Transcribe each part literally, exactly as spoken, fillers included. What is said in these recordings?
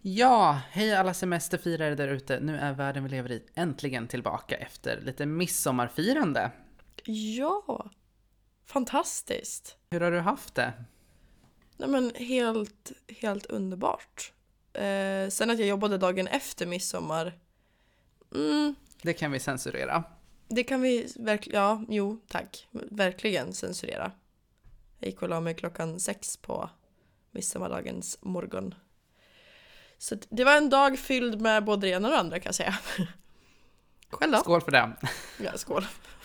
Ja, hej alla semesterfirare där ute. Nu är världen vi lever i äntligen tillbaka efter lite midsommarfirande. Ja, fantastiskt. Hur har du haft det? Nej men helt, helt underbart. Eh, sen att jag jobbade dagen efter midsommar. Mm, Det kan vi censurera. det kan vi verkligen, ja, jo, tack. Verkligen censurera. Jag gick och la mig klockan sex på midsommardagens morgon. Så det var en dag fylld med både det ena och det andra kan jag säga. Själv då? Skål för det. Ja, skål.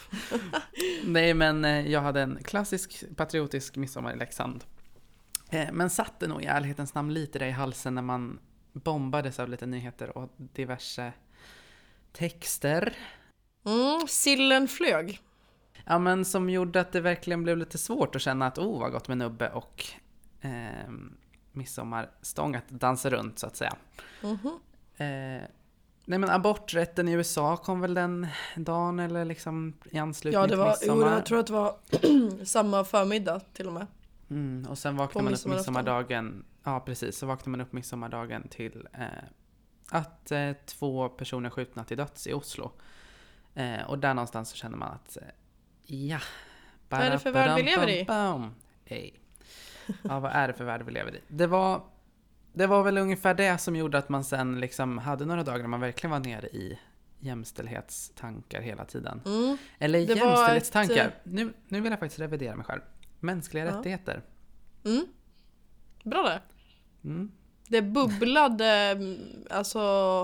Nej, men jag hade en klassisk patriotisk midsommar i Leksand. Men satte nog i ärlighetens namn lite där i halsen när man bombades av lite nyheter och diverse texter. Mm, sillen flög. Ja, men som gjorde att det verkligen blev lite svårt att känna att oh, vad gott med nubbe och eh, midsommarstång att dansa runt så att säga. Mm-hmm. Eh, nej men aborträtten i U S A kom väl den dagen eller liksom i anslutning Ja, det var, till midsommar. jo, jag tror att det var samma förmiddag till och med. Mm, och sen vaknade man upp midsommardagen. Ja, precis. Så vaknade man upp midsommardagen till eh, att eh, två personer skjutna till döds i Oslo. Eh, och där någonstans så känner man att eh, ja. Vad är det för värld vi lever i? Hey. Ja, vad är det för värld vi lever i? Det var, det var väl ungefär det som gjorde att man sen liksom hade några dagar när man verkligen var nere i jämställdhetstankar hela tiden. Mm. Eller det jämställdhetstankar. Ett... Nu, nu vill jag faktiskt revidera mig själv. Mänskliga ja. rättigheter. Mm. Bra det. Mm. Det bubblade, alltså...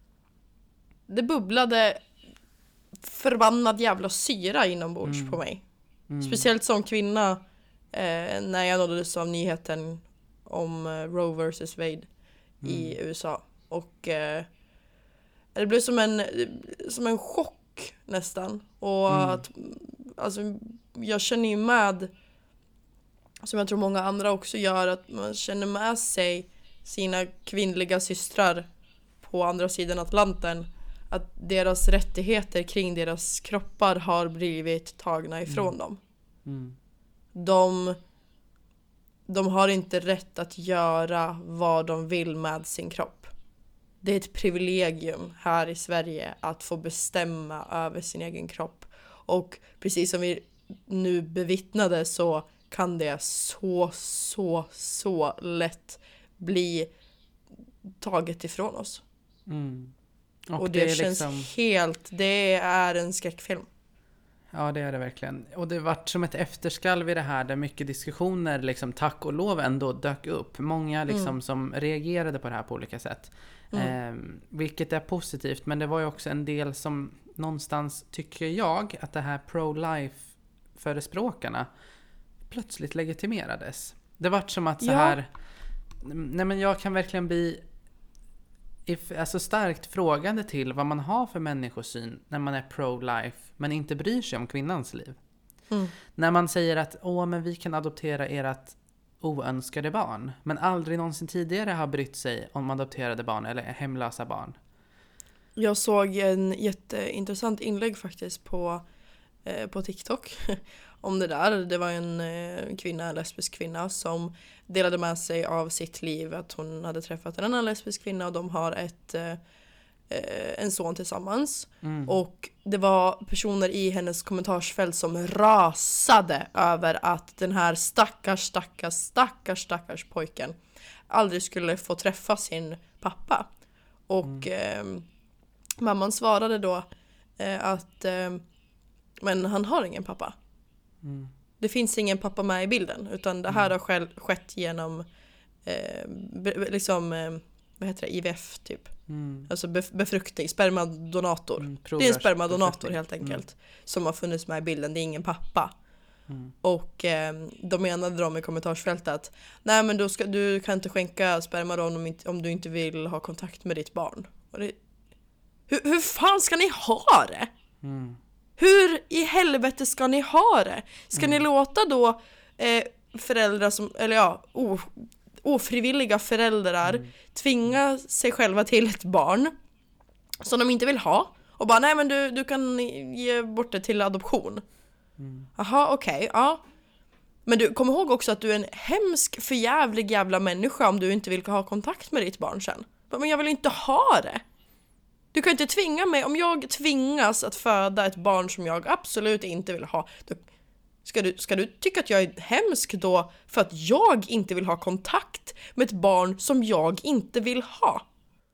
Det bubblade förbannad jävla syra inombords mm. på mig. Mm. Speciellt som kvinna eh, när jag nåddes av nyheten om eh, Roe versus Wade mm. i U S A. Och eh, det blev som en, som en chock nästan. Och mm. att, alltså, jag känner ju med, som jag tror många andra också gör, att man känner med sig sina kvinnliga systrar på andra sidan Atlanten. Att deras rättigheter kring deras kroppar har blivit tagna ifrån mm. dem. Mm. De, de har inte rätt att göra vad de vill med sin kropp. Det är ett privilegium här i Sverige att få bestämma över sin egen kropp. Och precis som vi nu bevittnade så kan det så, så, så lätt bli taget ifrån oss. Mm. Och, och det, det känns liksom... helt, det är en skräckfilm. Ja, det är det verkligen. Och det vart som ett efterskalv i det här där mycket diskussioner liksom tack och lov ändå dök upp. Många liksom mm. som reagerade på det här på olika sätt. Mm. Eh, vilket är positivt, men det var ju också en del som någonstans tycker jag att det här pro-life förespråkarna plötsligt legitimerades. Det vart som att så här ja. nej men jag kan verkligen bli if, alltså starkt frågande till vad man har för människosyn när man är pro-life men inte bryr sig om kvinnans liv. Mm. När man säger att åh, men vi kan adoptera ert oönskade barn, men aldrig någonsin tidigare har brytt sig om adopterade barn eller hemlösa barn. Jag såg en jätteintressant inlägg faktiskt på, eh, på TikTok om det där. Det var en eh, kvinna, en lesbisk kvinna som delade med sig av sitt liv, att hon hade träffat en annan lesbisk kvinna och de har ett, eh, en son tillsammans. Mm. Och det var personer i hennes kommentarsfält som rasade över att den här stackars, stackars, stackars, stackars pojken aldrig skulle få träffa sin pappa. Och mm. eh, mamman svarade då eh, att eh, men han har ingen pappa. Mm. Det finns ingen pappa med i bilden, utan det här mm. har själv skett genom eh, be, liksom eh, vad heter det, I V F typ. Mm. Alltså bef- befruktning, spermadonator. Mm, det är en spermadonator helt enkelt mm. som har funnits med i bilden, det är ingen pappa. Mm. Och eh, de menade de i kommentarsfältet att nej men då ska, du kan inte skänka sperma om, inte, om du inte vill ha kontakt med ditt barn. Och det, hur, hur fan ska ni ha det? Mm. Hur i helvete ska ni ha det? Ska Mm. ni låta då eh, föräldrar som, eller ja, o, ofrivilliga föräldrar mm. tvinga sig själva till ett barn som de inte vill ha och bara, nej men du, du kan ge bort det till adoption. Mm. Aha, okej, okay, ja. Men du, kom ihåg också att du är en hemsk, förjävlig jävla människa om du inte vill ha kontakt med ditt barn sen. Men jag vill inte ha det. Du kan inte tvinga mig. Om jag tvingas att föda ett barn som jag absolut inte vill ha, då ska du, ska du tycka att jag är hemsk då för att jag inte vill ha kontakt med ett barn som jag inte vill ha?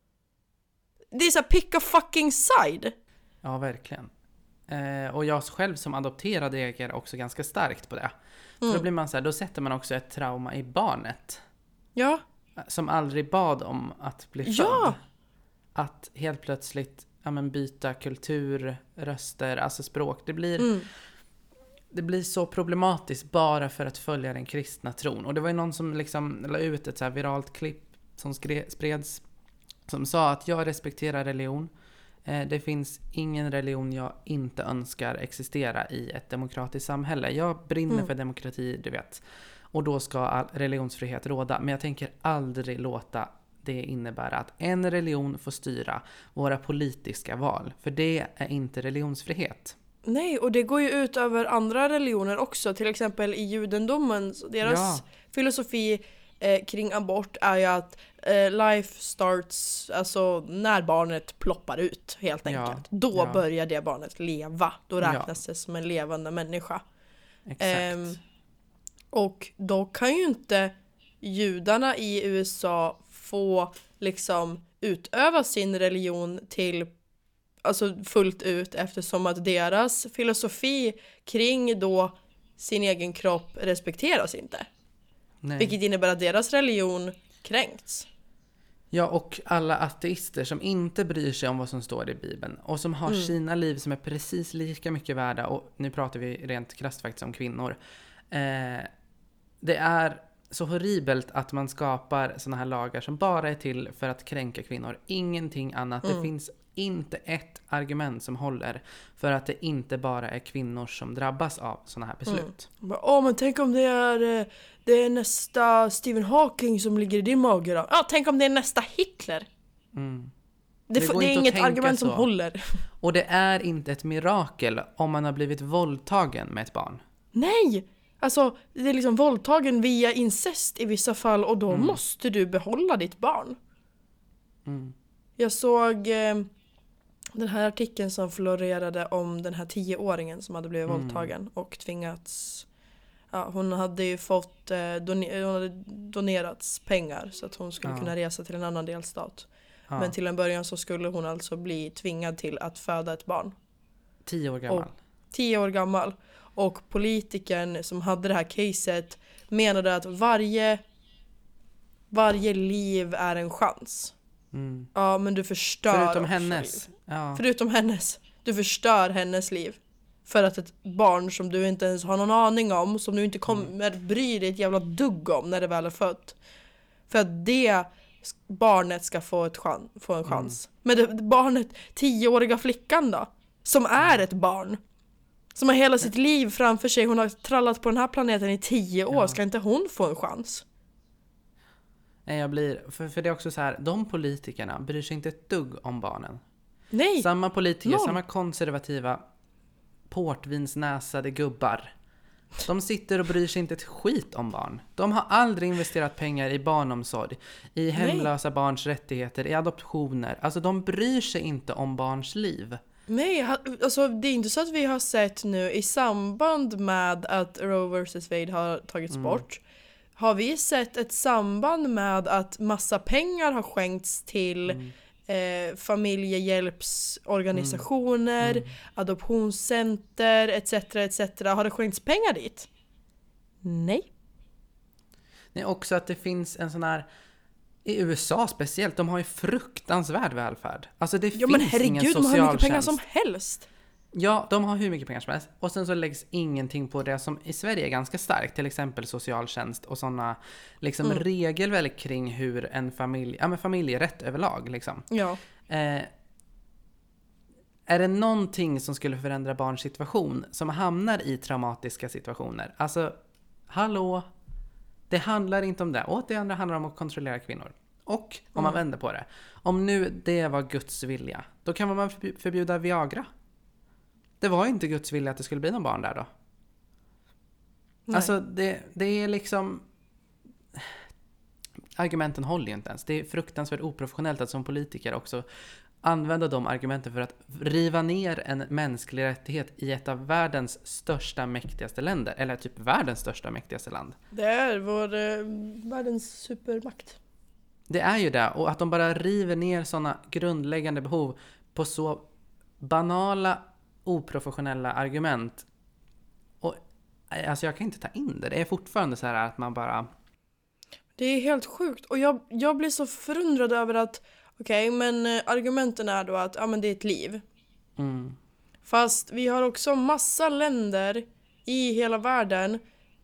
Det är så här, pick a fucking side. Ja, verkligen. Eh, och jag själv som adopterad reagerar också ganska starkt på det. Mm. För då blir man så här, då sätter man också ett trauma i barnet. Ja. Som aldrig bad om att bli född. Ja. Att helt plötsligt ja, men byta kultur, röster, alltså språk. Det blir, mm. det blir så problematiskt bara för att följa den kristna tron. Och det var ju någon som liksom la ut ett så här viralt klipp som skre- spreds. Som sa att jag respekterar religion. Eh, det finns ingen religion jag inte önskar existera i ett demokratiskt samhälle. Jag brinner mm. för demokrati, du vet. Och då ska all religionsfrihet råda. Men jag tänker aldrig låta det innebära att en religion får styra våra politiska val. För det är inte religionsfrihet. Nej, och det går ju ut över andra religioner också. Till exempel i judendomen. Deras ja. filosofi eh, kring abort är ju att eh, life starts, alltså när barnet ploppar ut helt enkelt. Ja. Då ja. börjar det barnet leva. Då räknas ja. det som en levande människa. Exakt. Eh, och då kan ju inte judarna i U S A få liksom utöva sin religion till alltså fullt ut, eftersom att deras filosofi kring då sin egen kropp respekteras inte. Nej. Vilket innebär att deras religion kränkts. Ja, och alla ateister som inte bryr sig om vad som står i Bibeln och som har mm. sina liv som är precis lika mycket värda, och nu pratar vi rent krasst faktiskt om kvinnor. Eh, det är så horribelt att man skapar såna här lagar som bara är till för att kränka kvinnor. Ingenting annat. Mm. Det finns inte ett argument som håller för att det inte bara är kvinnor som drabbas av såna här beslut. Mm. Åh, men tänk om det är, det är nästa Stephen Hawking som ligger i din mage då? Ja, tänk om det är nästa Hitler. Mm. Det, det, det är inget argument så. som håller. Och det är inte ett mirakel om man har blivit våldtagen med ett barn. Nej! Alltså, det är liksom våldtagen via incest i vissa fall, och då mm. måste du behålla ditt barn. Mm. Jag såg eh, den här artikeln som florerade om den här tioåringen som hade blivit mm. våldtagen och tvingats... Ja, hon hade ju fått eh, doner, hon hade donerats pengar så att hon skulle ja. kunna resa till en annan delstat. Ja. Men till en början så skulle hon alltså bli tvingad till att föda ett barn. Tio år gammal. Och, tio år gammal. Och politikern som hade det här caset menade att varje varje liv är en chans. Mm. Ja, men du förstör Förutom hennes. Ja. Förutom hennes. Du förstör hennes liv. För att ett barn som du inte ens har någon aning om, som du inte kommer mm. bry dig ett jävla dugg om när det väl är fött. För att det barnet ska få, ett chans, få en chans. Mm. Men det barnet, tioåriga flickan då, som är ett barn. Som har hela sitt liv framför sig. Hon har trallat på den här planeten i tio år. Ja. Ska inte hon få en chans? Nej, jag blir... För, för det är också så här, de politikerna bryr sig inte ett dugg om barnen. Nej. Samma politiker, Noll. samma konservativa portvinsnäsade gubbar. De sitter och bryr sig inte ett skit om barn. De har aldrig investerat pengar i barnomsorg, i hemlösa Nej. barns rättigheter, i adoptioner. Alltså de bryr sig inte om barns liv. Nej, alltså det är inte så att vi har sett nu i samband med att Roe versus Wade har tagits mm. bort. Har vi sett ett samband med att massa pengar har skänkts till mm. eh, familjehjälpsorganisationer, mm. Mm. adoptionscenter, et cetera et cetera. Har det skänkts pengar dit? Nej. Nej, också att det finns en sån här... I U S A speciellt, de har ju fruktansvärd välfärd. Alltså det ja, finns men herregud, ingen de har hur mycket pengar socialtjänst. som helst. Ja, de har hur mycket pengar som helst. Och sen så läggs ingenting på det som i Sverige är ganska starkt. Till exempel socialtjänst och sådana liksom mm. regelverk kring hur en familj, ja men familjerätt överlag liksom. Ja. Eh, är det någonting som skulle förändra barns situation som hamnar i traumatiska situationer? Alltså, hallå? Det handlar inte om det. Och det andra handlar om att kontrollera kvinnor. Och om man mm. vänder på det. Om nu det var Guds vilja, då kan man förbjuda Viagra. Det var inte Guds vilja att det skulle bli någon barn där då. Nej. Alltså det, det är liksom... argumenten håller ju inte ens. Det är fruktansvärt oprofessionellt att som politiker också använda de argumenten för att riva ner en mänsklig rättighet i ett av världens största, mäktigaste länder. Eller typ världens största, mäktigaste land. Det är vår eh, världens supermakt. Det är ju det. Och att de bara river ner sådana grundläggande behov på så banala, oprofessionella argument. Och alltså jag kan inte ta in det. Det är fortfarande så här att man bara... Det är helt sjukt. Och jag, jag blir så förundrad över att okej, okay, men argumenten är då att ja, men det är ett liv. Mm. Fast vi har också massa länder i hela världen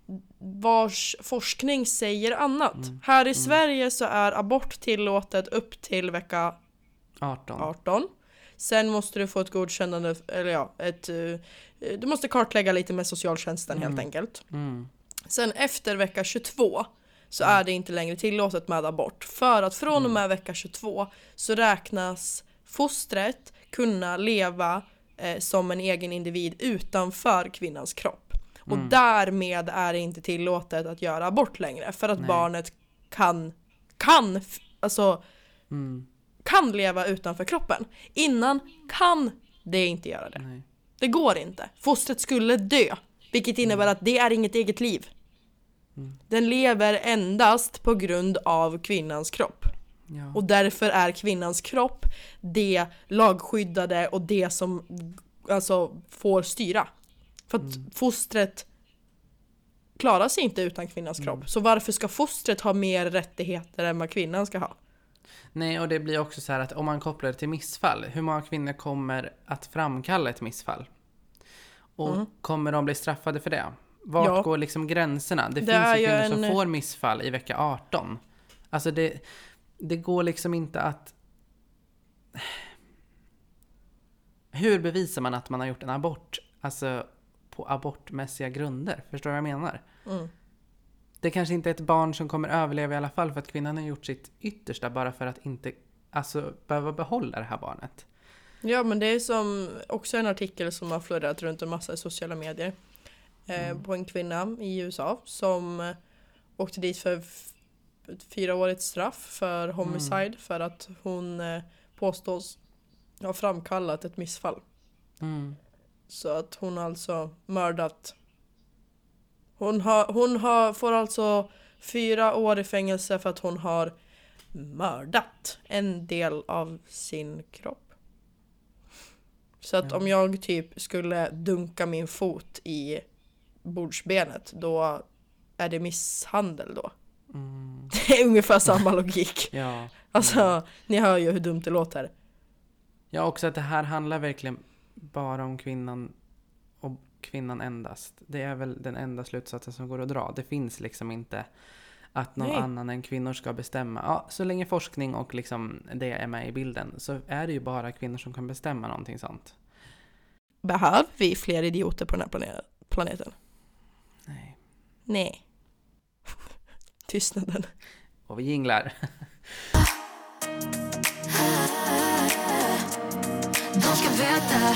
vars forskning säger annat. Mm. Här i mm. Sverige så är abort tillåtet upp till vecka arton. arton. Sen måste du få ett godkännande, eller ja, ett, du måste kartlägga lite med socialtjänsten mm. helt enkelt. Mm. Sen efter vecka tjugotvå så är det inte längre tillåtet med abort. För att från och med vecka tjugotvå så räknas fostret kunna leva eh, som en egen individ utanför kvinnans kropp. Och mm. därmed är det inte tillåtet att göra abort längre. För att Nej. barnet kan, kan, alltså, mm. kan leva utanför kroppen. Innan kan det inte göra det. Nej. Det går inte. Fostret skulle dö. Vilket innebär mm. att det är inget eget liv. Mm. Den lever endast på grund av kvinnans kropp. Ja. Och därför är kvinnans kropp det lagskyddade och det som alltså får styra. För att mm. fostret klarar sig inte utan kvinnans mm. kropp. Så varför ska fostret ha mer rättigheter än vad kvinnan ska ha? Nej, och det blir också så här att om man kopplar det till missfall, hur många kvinnor kommer att framkalla ett missfall? Och mm. kommer de bli straffade för det? Vart ja. går liksom gränserna? Det, det finns ju kvinnor en... som får missfall i vecka arton. Alltså det, det går liksom inte att... Hur bevisar man att man har gjort en abort? Alltså på abortmässiga grunder. Förstår du vad jag menar? Mm. Det kanske inte är ett barn som kommer överleva i alla fall för att kvinnan har gjort sitt yttersta bara för att inte alltså, behöva behålla det här barnet. Ja, men det är som också en artikel som har florerat runt en massa i sociala medier. Mm. På en kvinna i U S A som åkte dit för ett fyraårigt straff för homicide mm. för att hon påstås ha framkallat ett missfall. Mm. Så att hon alltså mördat. Hon, har, hon har, får alltså fyra år i fängelse för att hon har mördat en del av sin kropp. Så att mm. om jag typ skulle dunka min fot i bordsbenet, då är det misshandel då. Mm. Det är ungefär samma logik. Ja. Mm. Alltså, ni hör ju hur dumt det låter. Ja, också att det här handlar verkligen bara om kvinnan och kvinnan endast. Det är väl den enda slutsatsen som går att dra. Det finns liksom inte att någon Nej. annan än kvinnor ska bestämma. Ja, så länge forskning och liksom det är med i bilden så är det ju bara kvinnor som kan bestämma någonting sånt. Behöver vi fler idioter på den här planeten? Nej. Nej. Tystnaden. Och vi jinglar. De ska veta.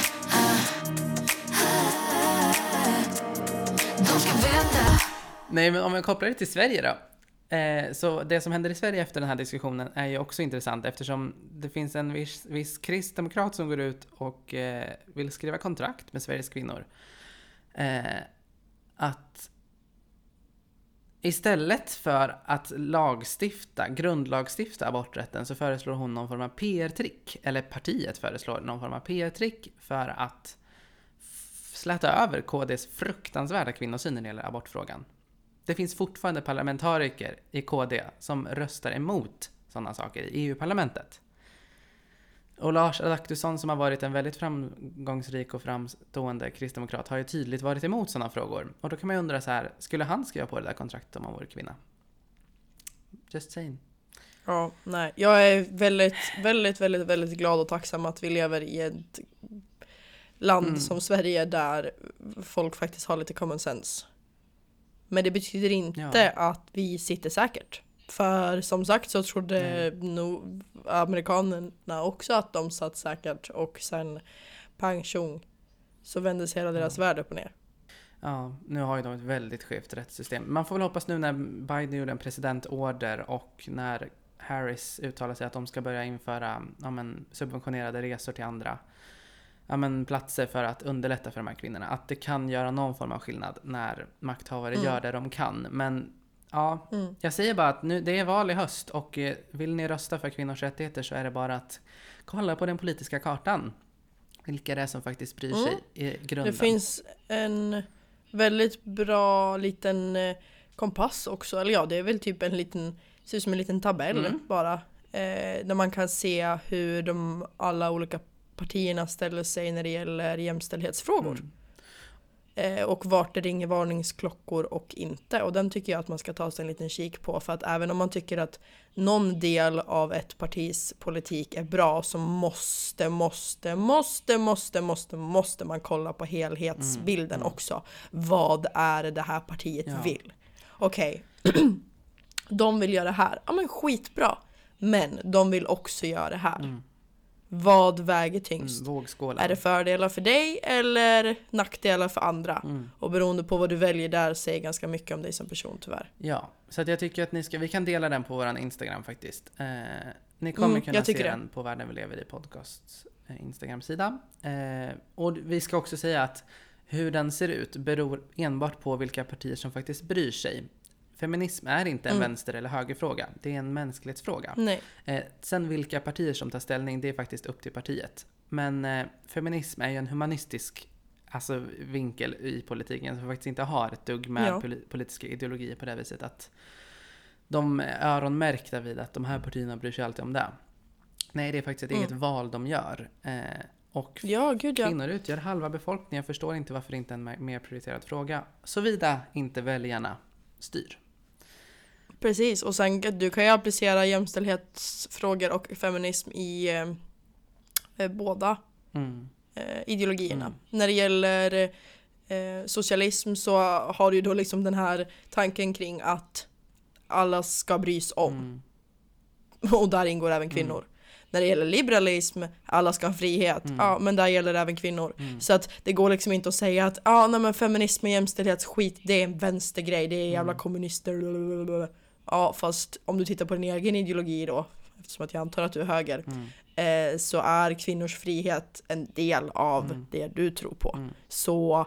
De ska veta. Nej, men om jag kopplar det till Sverige då. Eh, så det som händer i Sverige efter den här diskussionen är ju också intressant eftersom det finns en viss, viss kristdemokrat som går ut och eh, vill skriva kontrakt med Sveriges kvinnor. Eh, att istället för att lagstifta, grundlagstifta aborträtten så föreslår hon någon form av P R-trick. Eller partiet föreslår någon form av P R-trick för att f- släta över K D:s fruktansvärda kvinnosyn när det gäller abortfrågan. Det finns fortfarande parlamentariker i K D som röstar emot sådana saker i E U-parlamentet. Och Lars Adaktusson som har varit en väldigt framgångsrik och framstående kristdemokrat har ju tydligt varit emot sådana frågor. Och då kan man ju undra så här, skulle han skriva på det där kontraktet om han vore kvinna? Just saying. Ja, nej. Jag är väldigt, väldigt, väldigt, väldigt glad och tacksam att vi lever i ett land mm. som Sverige där folk faktiskt har lite common sense. Men det betyder inte ja. att vi sitter säkert. För som sagt så trodde nog amerikanerna också att de satt säkert. Och sen pang tjong så vändes hela deras ja. värld upp och ner. Ja, nu har ju de ett väldigt skevt rättssystem. Man får väl hoppas nu när Biden gjorde en presidentorder och när Harris uttalar sig att de ska börja införa ja, men, subventionerade resor till andra ja, men, platser för att underlätta för de här kvinnorna. Att det kan göra någon form av skillnad när makthavare mm. gör det de kan. Men ja, mm. jag säger bara att nu, det är val i höst och eh, vill ni rösta för kvinnors rättigheter så är det bara att kolla på den politiska kartan. Vilka det är som faktiskt bryr sig mm. i grunden. Det finns en väldigt bra liten eh, kompass också. Eller ja, det är väl typ en liten, ser ut som en liten tabell mm. bara. Eh, där man kan se hur de alla olika partierna ställer sig när det gäller jämställdhetsfrågor. Mm. Eh, och vart det ringer varningsklockor och inte. Och den tycker jag att man ska ta sig en liten kik på. För att även om man tycker att någon del av ett partis politik är bra så måste, måste, måste, måste, måste, måste man kolla på helhetsbilden mm. också. Vad är det det här partiet ja. vill? Okej, okay. De vill göra det här. Ja men skitbra. Men de vill också göra det här. Mm. Vad väger tyngst? Mm, vågskålen. Är det fördelar för dig eller nackdelar för andra? Mm. Och beroende på vad du väljer där säger ganska mycket om dig som person tyvärr. Ja, så att jag tycker att ni ska, vi kan dela den på våran Instagram faktiskt. Eh, ni kommer mm, kunna se det. Den på Världen vi lever i podcasts eh, Instagram-sida. Eh, och vi ska också säga att hur den ser ut beror enbart på vilka partier som faktiskt bryr sig. Feminism är inte en mm. vänster- eller högerfråga. Det är en mänsklighetsfråga. Nej. Eh, sen vilka partier som tar ställning, det är faktiskt upp till partiet. Men eh, feminism är ju en humanistisk alltså, vinkel i politiken som faktiskt inte har ett dugg med ja. pol- politiska ideologier på det viset. Att de är öronmärkta vid att de här partierna bryr sig alltid om det. Nej, det är faktiskt ett mm. eget val de gör. Eh, och ja, gud, ja. kvinnor utgör halva befolkningen. Jag förstår inte varför det inte är en mer prioriterad fråga. Såvida inte väljarna styr. Precis, och sen du kan ju applicera jämställdhetsfrågor och feminism i eh, båda mm. eh, ideologierna. Mm. När det gäller eh, socialism så har du ju då liksom den här tanken kring att alla ska brys om. Mm. Och där ingår även kvinnor. Mm. När det gäller liberalism, alla ska ha frihet. Mm. Ja, men där gäller det även kvinnor. Mm. Så att det går liksom inte att säga att ja, nej, men feminism och jämställdhetsskit, det är en vänstergrej. Det är jävla mm. kommunister. Blablabla. Ja, fast om du tittar på din egen ideologi då, eftersom att jag antar att du är höger, mm. eh, så är kvinnors frihet en del av mm. det du tror på. Mm. Så,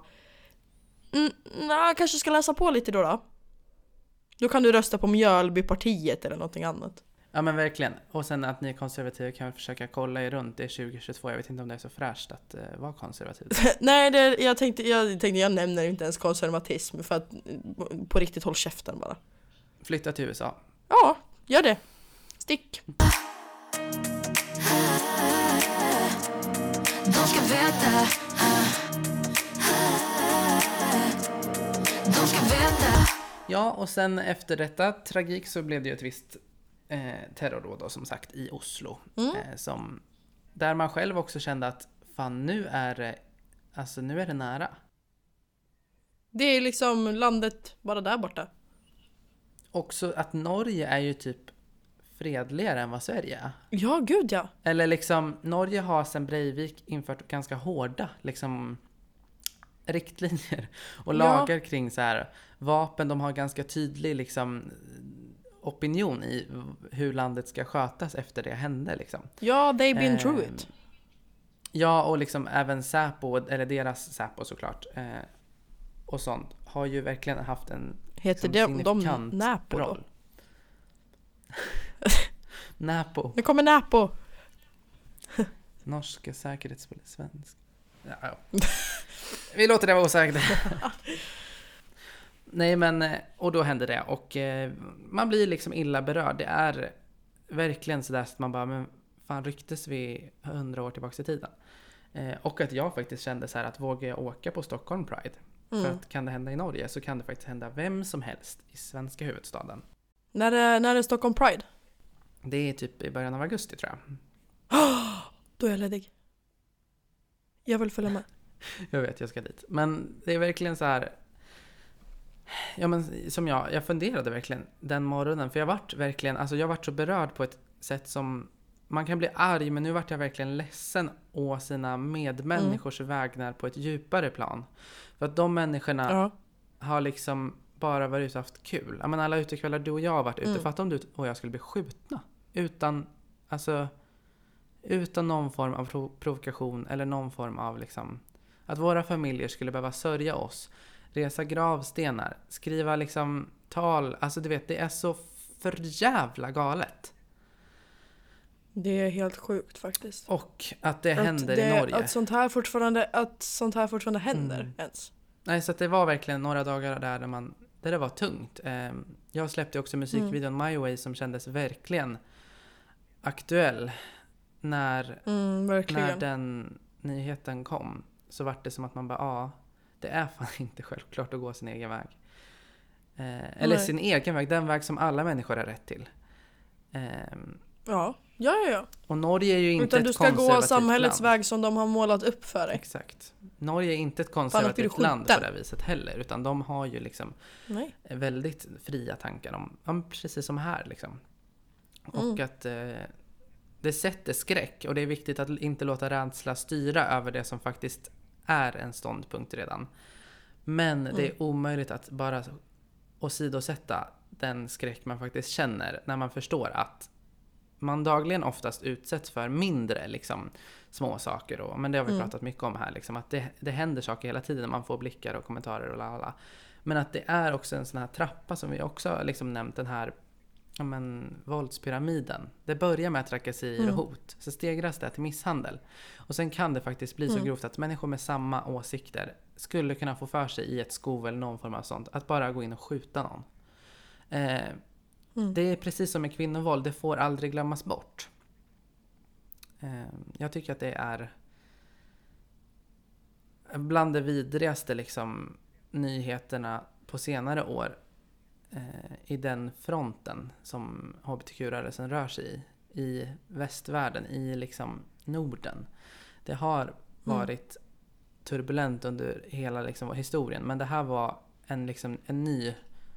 mm, na, kanske ska läsa på lite då då. Då kan du rösta på Mjölbypartiet eller någonting annat. Ja men verkligen. Och sen att ni är konservativa kan vi försöka kolla er runt. Det är tjugo tjugotvå. Jag vet inte om det är så fräscht att uh, vara konservativ. Nej, det, jag, tänkte, jag tänkte jag nämner inte ens konservatism för att på riktigt håll käften bara. Flytta till U S A. Ja, gör det. Stick. De ska veta. De ska veta. Ja, och sen efter detta tragik så blev det ju ett visst eh, terrordåd då, som sagt i Oslo. Mm. Eh, som, där man själv också kände att fan nu är det, alltså nu är det nära. Det är liksom landet bara där borta. Också att Norge är ju typ fredligare än vad Sverige är. Ja, gud ja. Eller liksom, Norge har sedan Breivik infört ganska hårda liksom riktlinjer och lagar ja. kring så här vapen. De har ganska tydlig liksom opinion i hur landet ska skötas efter det hände liksom. Ja, they've been eh, through it. Ja, och liksom även Säpo, eller deras Säpo såklart, eh, och sånt har ju verkligen haft en heter liksom, det de Näpo då? Näpo. Nu kommer Näpo. Norska säkerhetspolis, svensk. Ja, ja. Vi låter det vara osagt. Nej men, och då hände det och eh, man blir liksom illa berörd. Det är verkligen sådär att man bara, men fan ryktes vi hundra år tillbaka i tiden. Eh, och att jag faktiskt kände så här att vågar jag åka på Stockholm Pride? Mm. För att kan det hända i Norge så kan det faktiskt hända vem som helst i svenska huvudstaden. När är, när är Stockholm Pride? Det är typ i början av augusti tror jag. Oh, då är jag ledig. Jag vill följa med. Jag vet, jag ska dit. Men det är verkligen så här. Ja men som jag, jag funderade verkligen den morgonen. För jag vart verkligen, alltså jag vart så berörd på ett sätt som man kan bli arg, men nu vart jag verkligen ledsen å sina medmänniskors mm. vägnar på ett djupare plan. För att de människorna ja. har liksom bara varit ute och haft kul. Jag menar, alla utekvällar du och jag har varit ute. Mm. Fatta om du och jag skulle bli skjutna. Utan, alltså, utan någon form av prov- provokation eller någon form av liksom, att våra familjer skulle behöva sörja oss. Resa gravstenar. Skriva liksom tal. Alltså du vet, det är så för jävla galet. Det är helt sjukt faktiskt. Och att det att händer det, i Norge. Att sånt här fortfarande, att sånt här fortfarande händer mm. ens. Nej, så att det var verkligen några dagar där, där, man, där det var tungt. Jag släppte också musikvideon mm. My Way som kändes verkligen aktuell. När, mm, när den nyheten kom så var det som att man bara, ja, det är fan inte självklart att gå sin egen väg. Eh, eller Nej. sin egen väg, den väg som alla människor har rätt till. Eh, ja, ja, ja, ja. Och Norge är ju inte Utan ett du ska gå samhällets land. väg som de har målat upp för dig. Exakt. Norge är inte ett konservativt land på det viset heller. Utan de har ju liksom Nej. väldigt fria tankar om, om precis som här liksom. Och mm. att eh, det sätter skräck. Och det är viktigt att inte låta rädsla styra över det som faktiskt är en ståndpunkt redan. Men mm. det är omöjligt att bara åsidosätta den skräck man faktiskt känner när man förstår att man dagligen oftast utsätts för mindre liksom, små saker. Och, men det har vi mm. pratat mycket om här. Liksom, att det, det händer saker hela tiden när man får blickar och kommentarer och lalala. Men att det är också en sån här trappa som vi också har liksom nämnt, den här ja, men, våldspyramiden. Det börjar med trakasserier mm. och hot. Så stegras det till misshandel. Och sen kan det faktiskt bli så mm. grovt att människor med samma åsikter skulle kunna få för sig i ett skov eller någon form av sånt. Att bara gå in och skjuta någon. Eh, Mm. Det är precis som med kvinnovåld, det får aldrig glömmas bort. Eh, jag tycker att det är bland det vidrigaste liksom, nyheterna på senare år eh, i den fronten som H B T Q-rörelsen rör sig i, i västvärlden, i liksom Norden. Det har varit mm. turbulent under hela liksom, historien, men det här var en, liksom, en ny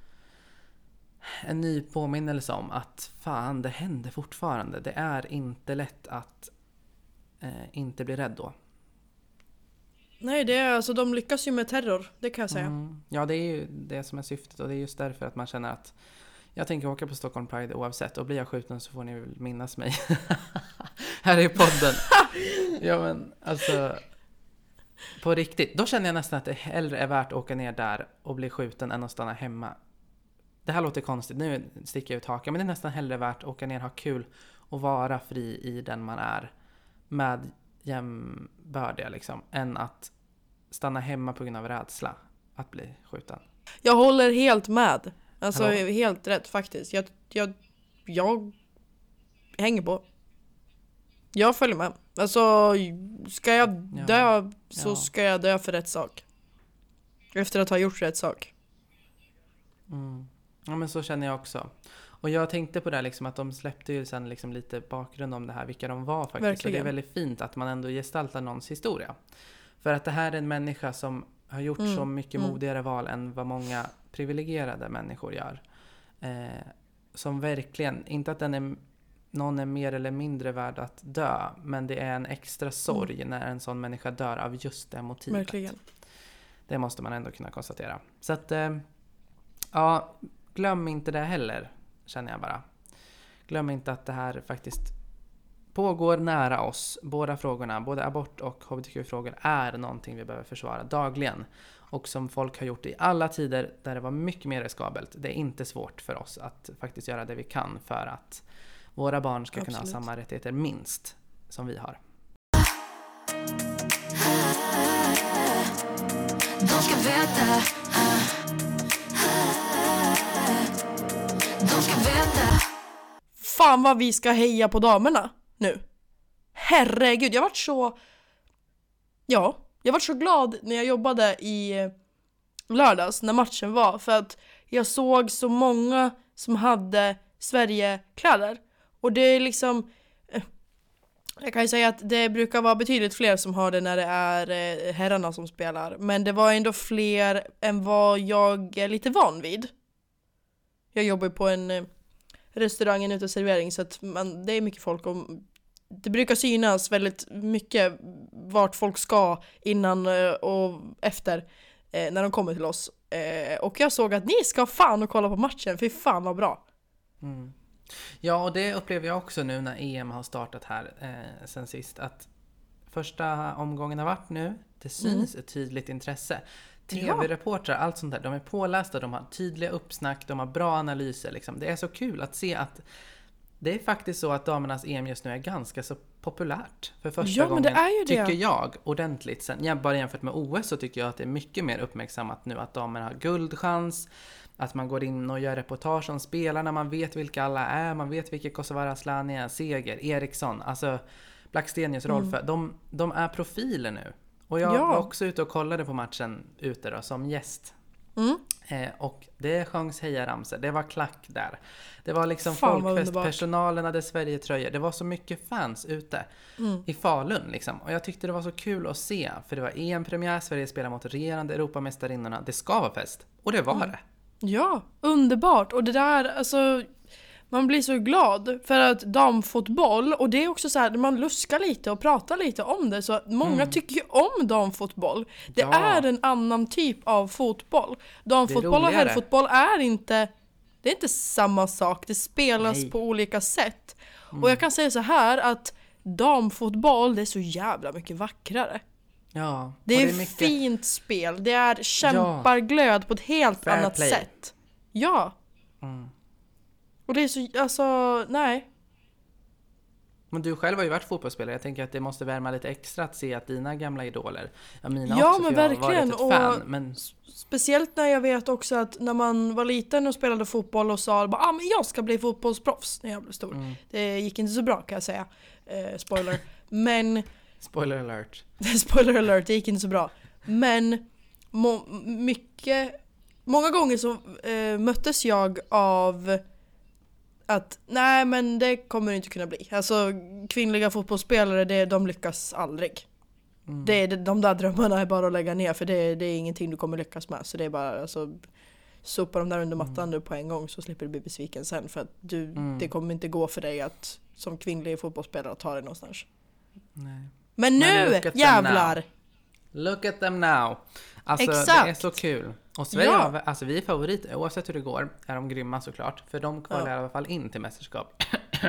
En ny påminnelse om att fan, det händer fortfarande. Det är inte lätt att eh, inte bli rädd då. Nej, det är, alltså, de lyckas ju med terror, det kan jag säga. Mm. Ja, det är ju det som är syftet. Och det är just därför att man känner att jag tänker åka på Stockholm Pride oavsett. Och blir jag skjuten så får ni väl minnas mig. Här är podden. Ja, men alltså... På riktigt. Då känner jag nästan att det hellre är värt att åka ner där och bli skjuten än att stanna hemma. Det här låter konstigt, nu sticker jag ut hakan, men det är nästan hellre värt att åka ner och ha kul och vara fri i den man är med jämbördiga liksom, än att stanna hemma på grund av rädsla att bli skjuten. Jag håller helt med. Alltså Hallå? Helt rätt faktiskt. Jag, jag, jag hänger på. Jag följer med. Alltså, ska jag dö ja. så ja. ska jag dö för rätt sak. Efter att ha gjort rätt sak. Mm. Ja, men så känner jag också. Och jag tänkte på det här, liksom, att de släppte ju sen liksom lite bakgrund om det här, vilka de var faktiskt. Verkligen. Och det är väldigt fint att man ändå gestaltar någons historia. För att det här är en människa som har gjort mm. så mycket mm. modigare val än vad många privilegierade människor gör. Eh, som verkligen, inte att den är, någon är mer eller mindre värd att dö, men det är en extra sorg mm. när en sån människa dör av just det motivet. Verkligen. Det måste man ändå kunna konstatera. Så att, eh, ja... Glöm inte det heller, känner jag bara. Glöm inte att det här faktiskt pågår nära oss. Båda frågorna, både abort och H B T Q-frågor, är någonting vi behöver försvara dagligen. Och som folk har gjort i alla tider där det var mycket mer riskabelt. Det är inte svårt för oss att faktiskt göra det vi kan för att våra barn ska Absolut. kunna ha samma rättigheter minst som vi har. De ska veta. De ska veta. Fan vad vi ska heja på damerna nu. Herregud, jag vart så... Ja, jag vart så glad när jag jobbade i lördags när matchen var. För att jag såg så många som hade Sverigekläder. Och det är liksom... Jag kan ju säga att det brukar vara betydligt fler som har det när det är herrarna som spelar. Men det var ändå fler än vad jag är lite van vid. Jag jobbar på en restaurang, en uteservering, så att man, det är mycket folk och det brukar synas väldigt mycket vart folk ska innan och efter eh, när de kommer till oss. Eh, och jag såg att ni ska fan och kolla på matchen, för fan vad bra. Mm. Ja, och det upplever jag också nu när E M har startat här eh, sen sist. Att första omgången har varit nu, det syns mm. ett tydligt intresse. Tv-reportrar, allt sånt där, de är pålästa, de har tydliga uppsnack, de har bra analyser. Liksom. Det är så kul att se att det är faktiskt så att damernas E M just nu är ganska så populärt. För första ja, gången men det är ju tycker det. jag ordentligt. Sen, ja, bara jämfört med O S så tycker jag att det är mycket mer uppmärksammat nu att damerna har guldchans. Att man går in och gör reportage om spelarna, man vet vilka alla är, man vet vilka Kosovare Asllani är, Seger, Eriksson, alltså Blackstenius, Rolfö. Mm. De, de är profiler nu. Och jag ja. var också ute och kollade på matchen ute då, som gäst. Mm. Eh, och det sjöngs hejaramser, det var klack där. Det var liksom fan, folkfest, personalen hade Sverige-tröjor. Det var så mycket fans ute mm. i Falun liksom. Och jag tyckte det var så kul att se. För det var E M-premiär, Sverige spelar mot regerande Europamästarinnorna. Det ska vara fest. Och det var mm. det. Ja, underbart. Och det där, alltså, man blir så glad för att damfotboll, och det är också så här, man luskar lite och pratar lite om det, så att många mm. tycker ju om damfotboll. Det ja. är en annan typ av fotboll. Damfotboll och herrfotboll är inte, det är inte samma sak. Det spelas Nej. på olika sätt. Mm. Och jag kan säga så här att damfotboll, det är så jävla mycket vackrare. Ja, det är, det är mycket fint spel. Det är kämparglöd ja. på ett helt Fair annat play. sätt. Ja. Mm. Och det är så, alltså, nej. Men du själv har ju varit fotbollsspelare. Jag tänker att det måste värma lite extra att se att dina gamla idoler, ja mina ja, också, men för jag verkligen. har varit ett fan. Och men... speciellt när jag vet också att när man var liten och spelade fotboll och sa att ah, men jag ska bli fotbollsproffs när jag blev stor. Mm. Det gick inte så bra kan jag säga. Eh, spoiler. Men... Spoiler alert. Spoiler alert, det gick inte så bra. Men må- mycket... Många gånger så eh, möttes jag av att nej men det kommer det inte kunna bli. Alltså kvinnliga fotbollsspelare, det, de lyckas aldrig. Mm. Det, de där drömmarna är bara att lägga ner, för det, det är ingenting du kommer lyckas med. Så det är bara alltså, sopa dem där under mattan mm. nu på en gång, så slipper du bli besviken sen. För att du, mm. det kommer inte gå för dig att som kvinnlig fotbollsspelare ta dig någonstans. Nej. Men nu, Men jävlar! Look at them now. Alltså Exakt. det är så kul. Och Sverige, ja. har, alltså vi är favoriter, oavsett hur det går, är de grymma såklart. För de kvalar ja. i alla fall in till mästerskap.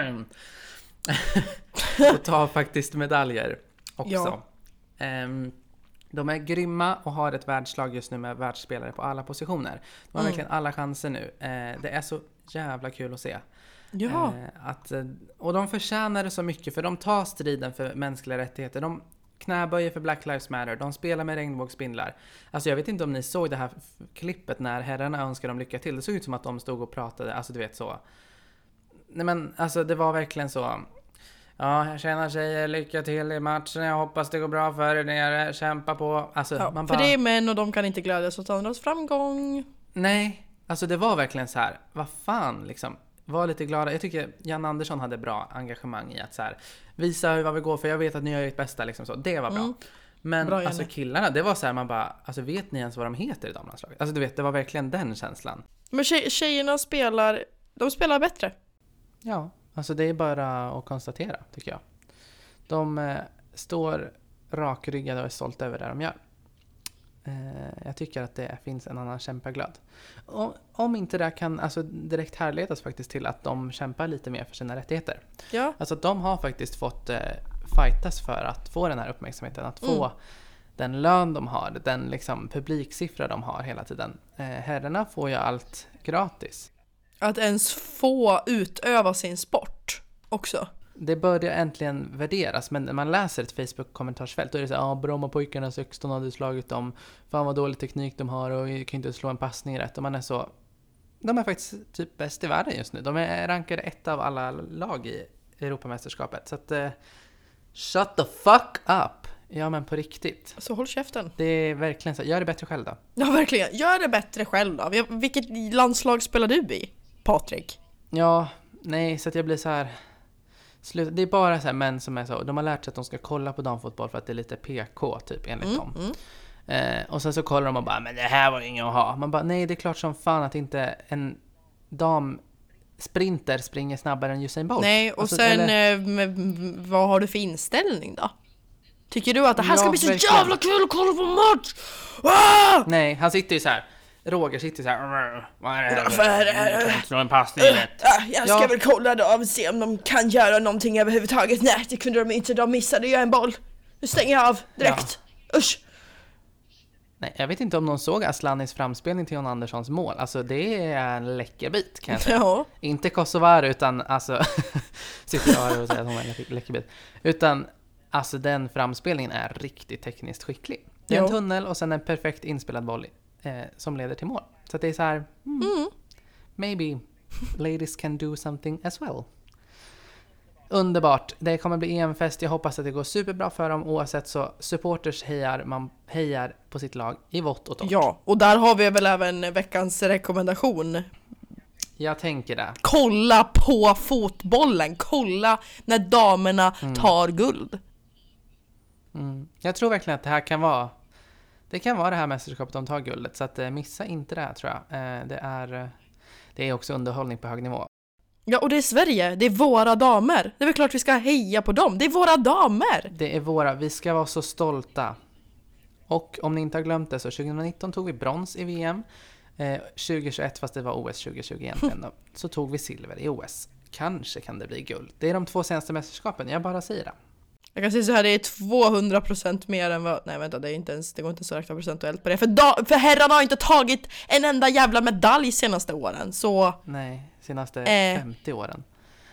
Och tar faktiskt medaljer också. Ja. Um, de är grymma och har ett världslag just nu med världsspelare på alla positioner. De har mm. verkligen alla chanser nu. Uh, det är så jävla kul att se. Ja. Uh, att, och de förtjänar det så mycket, för de tar striden för mänskliga rättigheter. De knäböjer för Black Lives Matter. De spelar med regnbågsspindlar. Alltså jag vet inte om ni såg det här f- klippet när herrarna önskade dem lycka till. Det såg ut som att de stod och pratade. Alltså du vet så. Nej men alltså det var verkligen så. Ja, jag känner tjejer, lycka till i matchen. Jag hoppas det går bra för er nere. Kämpa på. Alltså, ja, man för bara... det är män och de kan inte glädjas åt andras framgång. Nej, alltså det var verkligen så här. Vad fan liksom. Var lite glada. Jag tycker Jan Andersson hade bra engagemang i att så här, visa vad vi går för. Jag vet att ni gör ert bästa liksom så. Det var bra. Mm. Men bra, alltså killarna, det var så här, man bara, alltså vet ni ens vad de heter i damlandslaget? Alltså du vet, det var verkligen den känslan. Men tjej, tjejerna spelar, de spelar bättre. Ja, alltså det är bara att konstatera tycker jag. De eh, står rakryggade och är stolta över det de gör. Jag tycker att det finns en annan kämpaglöd. Och om inte det kan alltså direkt härledas faktiskt till att de kämpar lite mer för sina rättigheter. Ja. Alltså de har faktiskt fått eh, fightas för att få den här uppmärksamheten, att få mm. den lön de har, den liksom publiksiffra de har hela tiden. Eh, herrarna får ju allt gratis. Att ens få utöva sin sport också. Det börjar äntligen värderas, men när man läser ett Facebook-kommentarsfält då är det så här, ja, Brommapojkarna sexton hade slagit dem, fan vad dålig teknik de har och kan inte slå en passning rätt. Och man är så, de är faktiskt typ bäst i världen just nu. De är rankade ett av alla lag i Europamästerskapet. Så att, uh, shut the fuck up! Ja men på riktigt. Så håll käften. Det är verkligen så, gör det bättre själv då. Ja verkligen, gör det bättre själv då. Vilket landslag spelar du i, Patrik? Ja, nej, så att jag blir så här... Det är bara så här män som är så, de har lärt sig att de ska kolla på damfotboll för att det är lite P K typ enligt mm, dem. Mm. Eh, och sen så kollar de och bara, men det här var ingen att ha. Man bara, nej det är klart som fan att inte en dam sprinter springer snabbare än Usain Bolt. Nej, och alltså, sen eller... eh, med, vad har du för inställning då? Tycker du att det här Ja, ska bli så verkligen. jävla kul att kolla på match? Ah! Nej, han sitter ju så här. Roger sitter så här. Vad är det här? Varför? Jag kan inte slå en passning rätt. Jag ska Ja. väl kolla då och se om de kan göra någonting överhuvudtaget. Nej, det kunde de inte. De missade ju en boll. Nu stänger jag av direkt. Usch. Nej, jag vet inte om någon såg Aslanis framspelning till John Anderssons mål. Alltså det är en läcker bit kan jag säga. Ja. Inte Kosovar utan alltså sitter jag här och säger att hon är en läcker, läcker bit. Utan alltså den framspelningen är riktigt tekniskt skicklig. Det är en Ja. tunnel och sen en perfekt inspelad volley eh, som leder till mål. Så att det är så här, mm, Mm. maybe ladies can do something as well. Underbart. Det kommer bli E M-fest. Jag hoppas att det går superbra för dem. Oavsett så supporters hejar, man hejar på sitt lag i vått och torrt. Ja, och där har vi väl även veckans rekommendation. Jag tänker det. Kolla på fotbollen. Kolla när damerna Mm. tar guld. Mm. Jag tror verkligen att det här kan vara det kan vara det här mästerskapet de tar guldet. Så att eh, missa inte det här tror jag. Eh, det, är, eh, det är också underhållning på hög nivå. Ja, och det är Sverige. Det är våra damer. Det är väl klart vi ska heja på dem. Det är våra damer. Det är våra, vi ska vara så stolta. Och om ni inte har glömt det så tjugonitton tog vi brons i V M. Eh, tjugohundratjugoett, fast det var O S tjugohundratjugo egentligen då, så tog vi silver i O S. Kanske kan det bli guld. Det är de två senaste mästerskapen, jag bara säger det. Jag kan säga så här, det är tvåhundra procent mer än vad... Nej vänta, det, är inte ens, det går inte så att räkna procentuellt på det. För, da, för herrarna har inte tagit en enda jävla medalj senaste åren. Så... Nej, senaste Eh. femtio åren.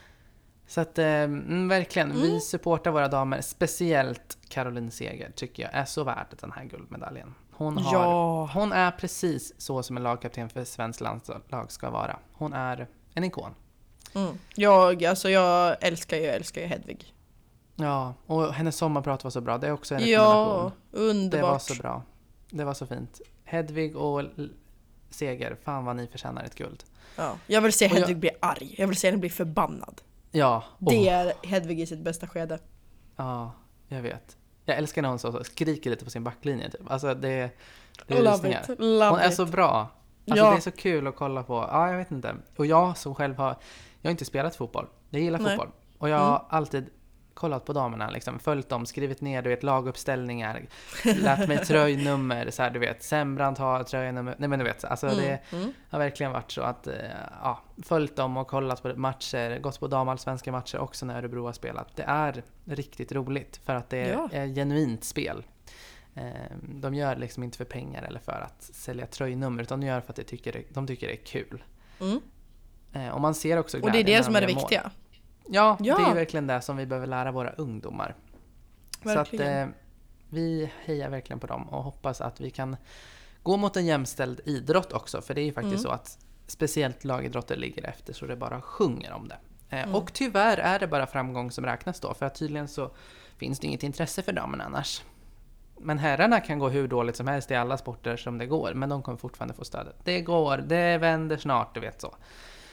Så att, eh, mm, verkligen, Mm. vi supportar våra damer. Speciellt Caroline Seger tycker jag är så värd den här guldmedaljen. Hon, har, Ja. hon är precis så som en lagkapten för svensk landslag ska vara. Hon är en ikon. Mm. Jag, alltså jag älskar ju, älskar ju Hedvig. Ja, och hennes sommarprat var så bra. Det är också en Ja, rekommendation. underbart. Det var så bra. Det var så fint. Hedvig och L- Seger, fan vad ni förtjänar ett guld. Ja. Jag vill se Och jag- Hedvig bli arg. Jag vill se henne bli förbannad. Ja, Det åh. är Hedvig i sitt bästa skede. Ja, jag vet. Jag älskar när hon så, så skriker lite på sin backlinje typ. Alltså det, det är Love rysningar. it, love Hon är it. så bra. Alltså Ja. det är så kul att kolla på. Ja, jag vet inte. Och jag som själv har, jag har inte spelat fotboll. Jag gillar Nej. fotboll. Och jag har Mm. alltid kollat på damerna, liksom, följt dem, skrivit ner, du vet, laguppställningar, lärt mig tröjnummer, så här, du vet, Sembrant har tröjnummer, nej men du vet, alltså det Mm. Mm. har verkligen varit så att, eh, ja, följt dem och kollat på matcher, gått på damallsvenska matcher också när Örebro har spelat. Det är riktigt roligt för att det är, Ja. är genuint spel. Eh, De gör liksom inte för pengar eller för att sälja tröjnummer, utan de gör för att de tycker det, de tycker det är kul. Mm. Eh, Och man ser också Och det är glädjen det när som de är det gör mål. viktiga. Ja, Ja. det är verkligen det som vi behöver lära våra ungdomar. Verkligen. Så att eh, vi hejar verkligen på dem och hoppas att vi kan gå mot en jämställd idrott också. För det är ju faktiskt Mm. så att speciellt lagidrotter ligger efter så det bara sjunger om det. Eh, Mm. Och tyvärr är det bara framgång som räknas då. För att tydligen så finns det inget intresse för damerna annars. Men herrarna kan gå hur dåligt som helst i alla sporter som det går. Men de kommer fortfarande få stödet. Det går, det vänder snart, du vet så.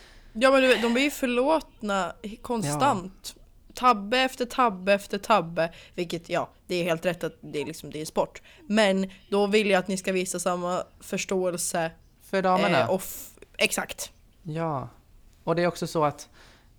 Ja men du vet, de blir ju förlåtna konstant. Tabbe efter tabbe efter tabbe. Vilket, ja, det är helt rätt att det är, liksom, det är sport. Men då vill jag att ni ska visa samma förståelse. För damerna. Eh, och f- exakt. Ja, och det är också så att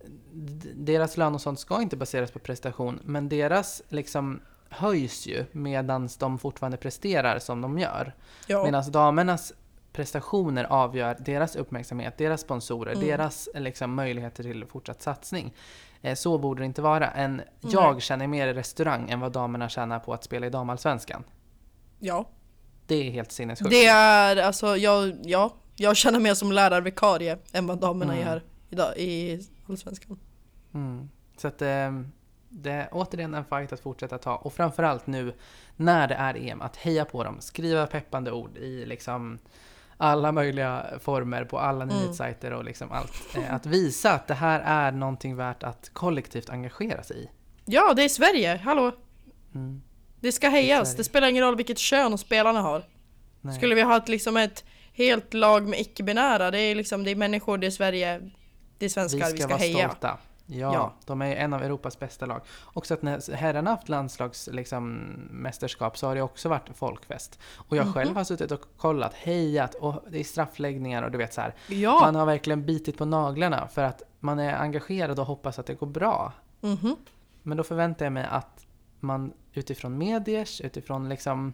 d- deras lön och sånt ska inte baseras på prestation, men deras liksom höjs ju medan de fortfarande presterar som de gör. Ja. Medan damernas prestationer avgör deras uppmärksamhet, deras sponsorer, Mm. deras liksom, möjligheter till fortsatt satsning. Eh, Så borde det inte vara. En, jag tjänar mer i restaurang än vad damerna tjänar på att spela i damallsvenskan. Ja. Det är helt sinnessjukt. Det är, alltså, jag, ja, jag känner mer som lärarvikarie än vad damerna Mm. gör idag i Allsvenskan. Mm. Så att eh, det är återigen en fight att fortsätta ta. Och framförallt nu när det är E M, att heja på dem. Skriva peppande ord i liksom alla möjliga former på alla Mm. nyhetssajter och liksom allt. Eh, att visa att det här är någonting värt att kollektivt engagera sig i. Ja, det är Sverige, hallå. Mm. Det ska hejas, Sverige. det spelar ingen roll vilket kön spelarna har. Nej. Skulle vi ha ett, liksom ett helt lag med icke-binära, det är liksom, det är människor, det är Sverige, det är svenskar, vi ska, vara heja. stolta. Ja, Ja. de är ju en av Europas bästa lag. Också att när herrarna haft landslags liksom, mästerskap så har det också varit folkfest. Och jag Mhm. själv har suttit och kollat, hejat och det är straffläggningar och du vet så här. Ja. Man har verkligen bitit på naglarna för att man är engagerad och hoppas att det går bra. Mhm. Men då förväntar jag mig att man utifrån mediers, utifrån liksom,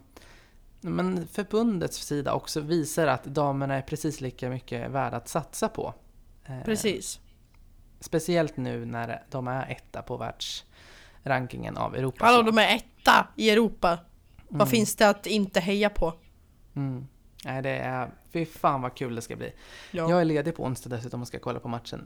men förbundets sida också visar att damerna är precis lika mycket värda att satsa på. Eh, Precis. Speciellt nu när de är etta på världsrankingen av Europa. Hallå, de är etta i Europa. Mm. Vad finns det att inte heja på? Mm. Nej, det är, fy fan vad kul det ska bli. Ja. Jag är ledig på onsdag dessutom och ska kolla på matchen.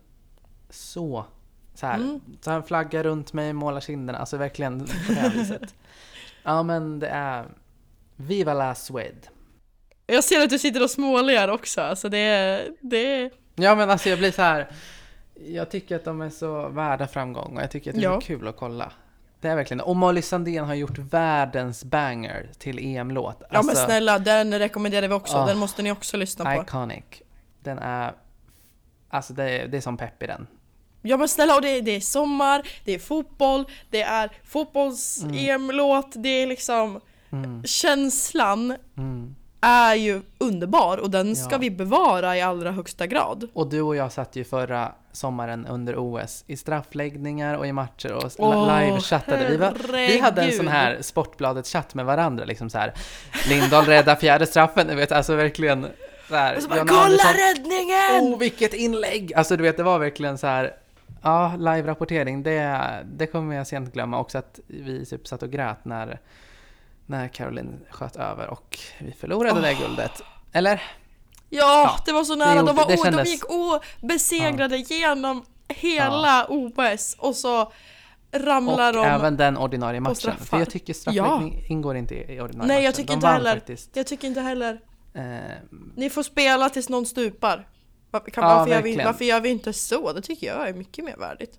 Så, så här, Mm. så här flaggar runt mig, målar kinderna, alltså verkligen på det här viset. Ja, men det är Viva la Suede. Jag ser att du sitter och småler också. Alltså det är... Det är... Ja, men alltså jag blir så här. Jag tycker att de är så värda framgång och jag tycker att det är Ja. så kul att kolla. Det är verkligen. Och Molly Sandén har gjort världens banger till E M-låt. Ja Alltså, men snälla, den rekommenderar vi också. Ah. Den måste ni också lyssna på. Iconic. Den är, alltså det är, det är som pepp i den. Ja men snälla, och det är, det är sommar, det är fotboll, det är fotbolls-E M-låt, det är liksom... Mm. Känslan Mm. är ju underbar och den ska Ja. vi bevara i allra högsta grad. Och du och jag satt ju förra sommaren under O S i straffläggningar och i matcher och Åh, live-chattade. Vi, var, vi hade en sån herregud. här Sportbladet-chatt med varandra. Liksom så här. Lindahl räddar fjärde straffen. Du vet, alltså verkligen... Så här, Och så bara, John kolla Andersson, räddningen! oh, vilket inlägg! Alltså du vet, det var verkligen så här... Ja, live-rapportering, det, det kommer jag sent glömma. Också att vi typ satt och grät när, när Caroline sköt över och vi förlorade Oh. det guldet. Eller? Ja, Ja, det var så det nära. gjorde- de, var, det oh, kändes- de gick obesegrade genom hela O S och så ramlar Och de. även den ordinarie matchen. straffar. För jag tycker straffläggning ingår inte i ordinarie matchen. Nej, jag tycker De inte vann heller. Faktiskt. Jag tycker inte heller. Eh, Ni får spela tills någon stupar. Varför, kan, Ja, varför, gör vi, verkligen. varför gör vi inte så? Det tycker jag är mycket mer värdigt.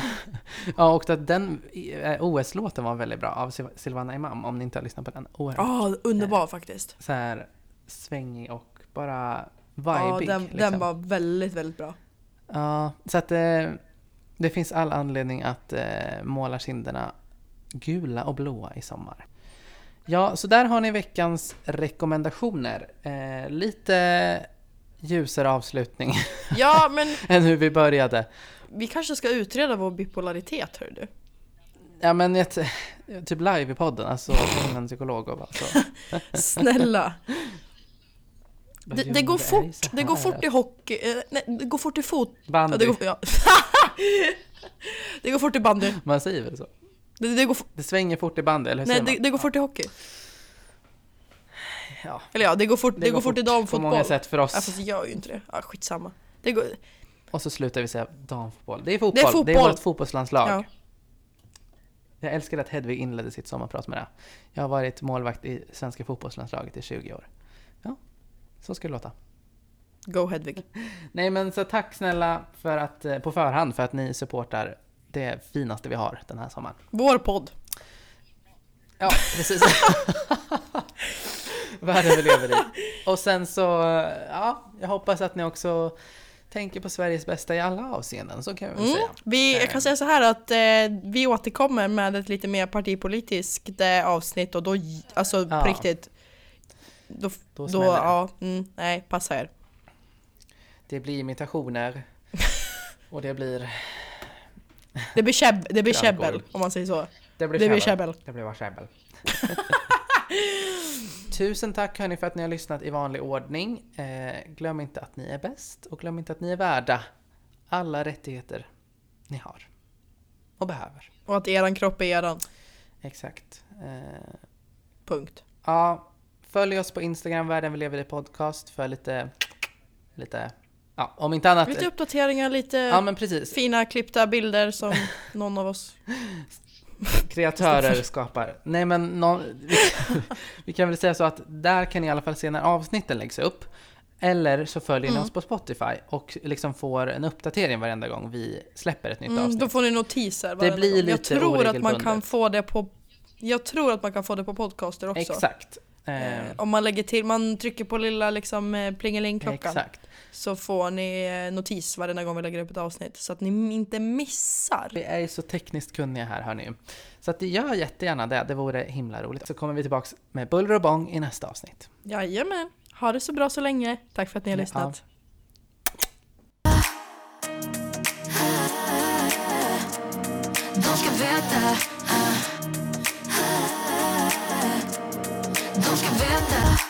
ja, och att den eh, O S-låten var väldigt bra av Sil- Silvana Imam, om ni inte har lyssnat på den. Oerhört Ja, underbar faktiskt. så här svängig och bara Ja, vibig. den, liksom. den var väldigt, väldigt bra. Ja, så att eh, det finns all anledning att eh, måla kinderna gula och blåa i sommar. Ja, så där har ni veckans rekommendationer. Eh, lite ljusare avslutning Ja, men än hur vi började. vi kanske ska utreda vår bipolaritet, hör du. Ja, men ett, typ live i podden, alltså en psykolog och bara så. Snälla. Det, Jo, det går är ju fort. så Det går här. fort i hockey. Eh, nej, det går fort i fot. Ja, Bandy. det, går, ja. det går fort i bandy. Man säger väl så. Det, det, går, f- Det svänger fort i bandy, eller hur nej, säger det, man? det går fort i hockey. Ja. Eller ja, det går fort, det går fort i på damfotboll. många sätt för oss. Ja, fast det gör ju inte det. Ja, skitsamma. Det går, Och så slutar vi säga damfotboll. Det är fotboll. Det är fotboll. Det är vårt fotbollslandslag. ja. Jag älskar att Hedvig inledde sitt sommarprat med det. Jag har varit målvakt i svenska fotbollslandslaget i tjugo år. Ja, så ska det låta. Go Hedvig. Nej, men så tack snälla för att, eh, på förhand för att ni supportar det finaste vi har den här sommaren. Vår podd. Ja, precis. Världen vi lever i. Och sen så, ja, jag hoppas att ni också tänker på Sveriges bästa i alla avseenden, så kan jag väl Mm. säga. Vi, jag kan säga så här att eh, vi återkommer med ett lite mer partipolitiskt eh, avsnitt och då, alltså Ja. på riktigt, då, Då då, smäller det. ja, mm, nej, passa er. Det blir imitationer. Och det blir... Det blir käbb, det blir Grönkål. käbbel om man säger så. Det blir Det blir käbbel. käbbel. Det blir bara käbbel. Tusen tack hörni för att ni har lyssnat i vanlig ordning. Eh, glöm inte att ni är bäst och glöm inte att ni är värda alla rättigheter ni har och behöver. Och att eran kropp är eran. Exakt. Eh, Punkt. ja, följ oss på Instagram, Världen vi lever i podcast, för lite, lite, ja, om inte annat. Lite uppdateringar, lite Ja, men precis. fina klippta bilder som någon av oss. Kreatörer skapar. Nej, men någon, vi, kan, vi kan väl säga så att där kan ni i alla fall se när avsnitten läggs upp. Eller så följer ni Mm. oss på Spotify och liksom får en uppdatering varenda gång vi släpper ett nytt Mm, avsnitt. då får ni notiser varenda blir gång. Jag lite tror att man kan oregelbundet. få det på Jag tror att man kan få det på podcaster också. Exakt. Eh, Eh, om man lägger till, man trycker på lilla liksom eh, plingeling-klockan. Exakt. Så får ni eh, notis varje gång vi lägger upp ett avsnitt. Så att ni inte missar. Vi är ju så tekniskt kunniga här, hörni. Så att gör jättegärna det, det vore himla roligt. Så kommer vi tillbaka med buller och bång i nästa avsnitt. Jajamän. Ha det så bra så länge. Tack för att ni har Ja. lyssnat. De ska veta. De ska veta.